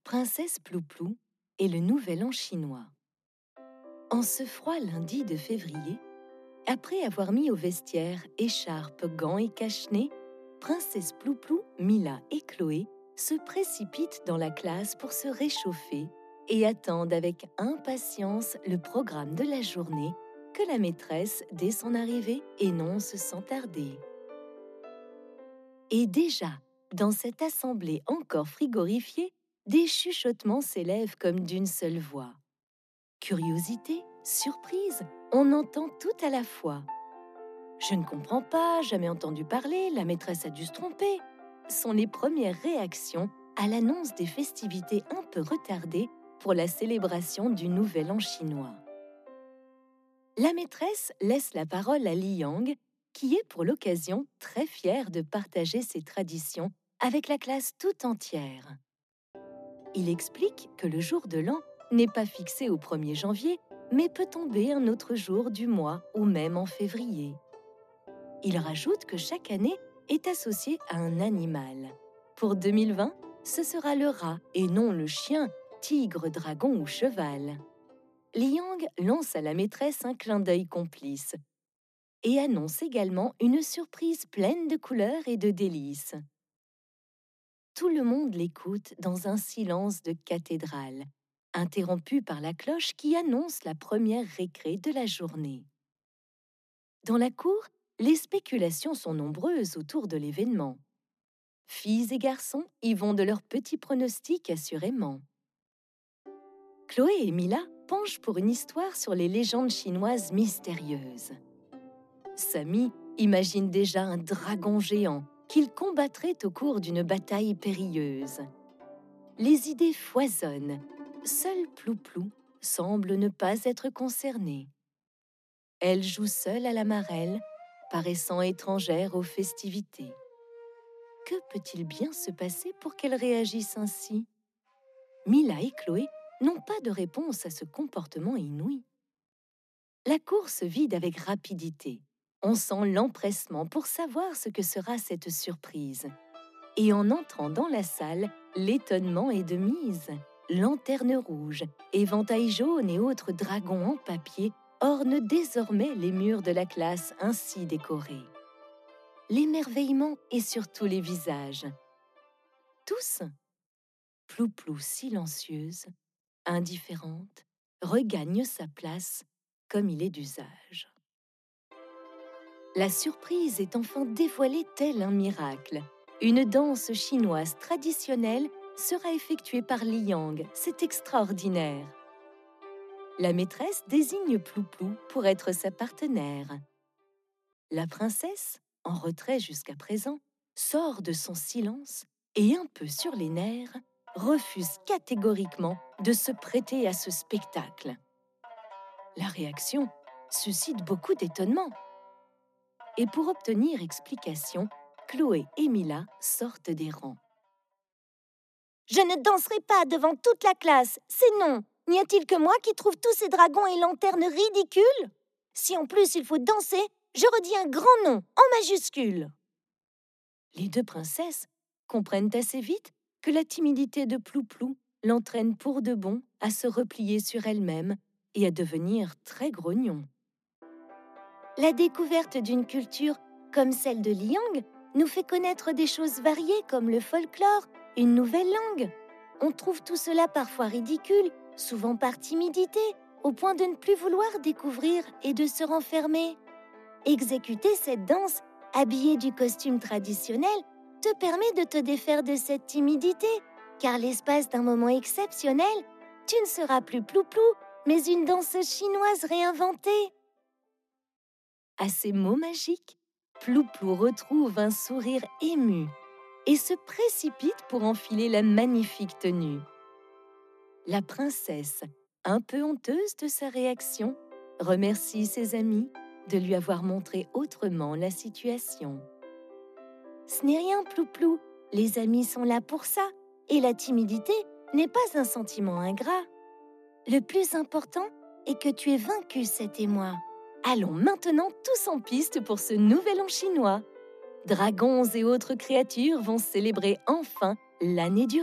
Princesse Plouplou et le Nouvel An chinois. En ce froid lundi de février, après avoir mis au vestiaire écharpe, gants et cache-nez, Princesse Plouplou, Mila et Chloé se précipitent dans la classe pour se réchauffer et attendent avec impatience le programme de la journée que la maîtresse, dès son arrivée, énonce sans tarder. Et déjà, dans cette assemblée encore frigorifiée, des chuchotements s'élèvent comme d'une seule voix. Curiosité, surprise, on entend tout à la fois. « Je ne comprends pas, jamais entendu parler, la maîtresse a dû se tromper » sont les premières réactions à l'annonce des festivités un peu retardées pour la célébration du Nouvel An chinois. La maîtresse laisse la parole à Li Yang, qui est pour l'occasion très fière de partager ses traditions avec la classe tout entière. Il explique que le jour de l'an n'est pas fixé au 1er janvier, mais peut tomber un autre jour du mois ou même en février. Il rajoute que chaque année est associée à un animal. Pour 2020, ce sera le rat et non le chien, tigre, dragon ou cheval. Li Yang lance à la maîtresse un clin d'œil complice et annonce également une surprise pleine de couleurs et de délices. Tout le monde l'écoute dans un silence de cathédrale, interrompu par la cloche qui annonce la première récré de la journée. Dans la cour, les spéculations sont nombreuses autour de l'événement. Filles et garçons y vont de leurs petits pronostics assurément. Chloé et Mila penchent pour une histoire sur les légendes chinoises mystérieuses. Samy imagine déjà un dragon géant qu'il combattrait au cours d'une bataille périlleuse. Les idées foisonnent. Seule Plouplou semble ne pas être concernée. Elle joue seule à la marelle, paraissant étrangère aux festivités. Que peut-il bien se passer pour qu'elle réagisse ainsi? Mila et Chloé n'ont pas de réponse à ce comportement inouï. La cour se vide avec rapidité. On sent l'empressement pour savoir ce que sera cette surprise. Et en entrant dans la salle, l'étonnement est de mise. Lanternes rouges, éventails jaunes et autres dragons en papier ornent désormais les murs de la classe ainsi décorés. L'émerveillement est sur tous les visages. Tous, Plouplou silencieuse, indifférente, regagne sa place comme il est d'usage. La surprise est enfin dévoilée tel un miracle. Une danse chinoise traditionnelle sera effectuée par Li Yang. C'est extraordinaire. La maîtresse désigne Plouplou pour être sa partenaire. La princesse, en retrait jusqu'à présent, sort de son silence et, un peu sur les nerfs, refuse catégoriquement de se prêter à ce spectacle. La réaction suscite beaucoup d'étonnement. Et pour obtenir explication, Chloé et Mila sortent des rangs. « Je ne danserai pas devant toute la classe, c'est non. N'y a-t-il que moi qui trouve tous ces dragons et lanternes ridicules? Si en plus il faut danser, je redis un grand nom, en majuscule. » Les deux princesses comprennent assez vite que la timidité de Plouplou l'entraîne pour de bon à se replier sur elle-même et à devenir très grognon. La découverte d'une culture comme celle de Li Yang nous fait connaître des choses variées comme le folklore, une nouvelle langue. On trouve tout cela parfois ridicule, souvent par timidité, au point de ne plus vouloir découvrir et de se renfermer. Exécuter cette danse, habillée du costume traditionnel, te permet de te défaire de cette timidité, car l'espace d'un moment exceptionnel, tu ne seras plus Plouplou, mais une danseuse chinoise réinventée. À ces mots magiques, Plouplou retrouve un sourire ému et se précipite pour enfiler la magnifique tenue. La princesse, un peu honteuse de sa réaction, remercie ses amis de lui avoir montré autrement la situation. « Ce n'est rien, Plouplou, les amis sont là pour ça, et la timidité n'est pas un sentiment ingrat. Le plus important est que tu aies vaincu cet émoi. Allons maintenant tous en piste pour ce Nouvel An chinois. Dragons et autres créatures vont célébrer enfin l'année du rat. »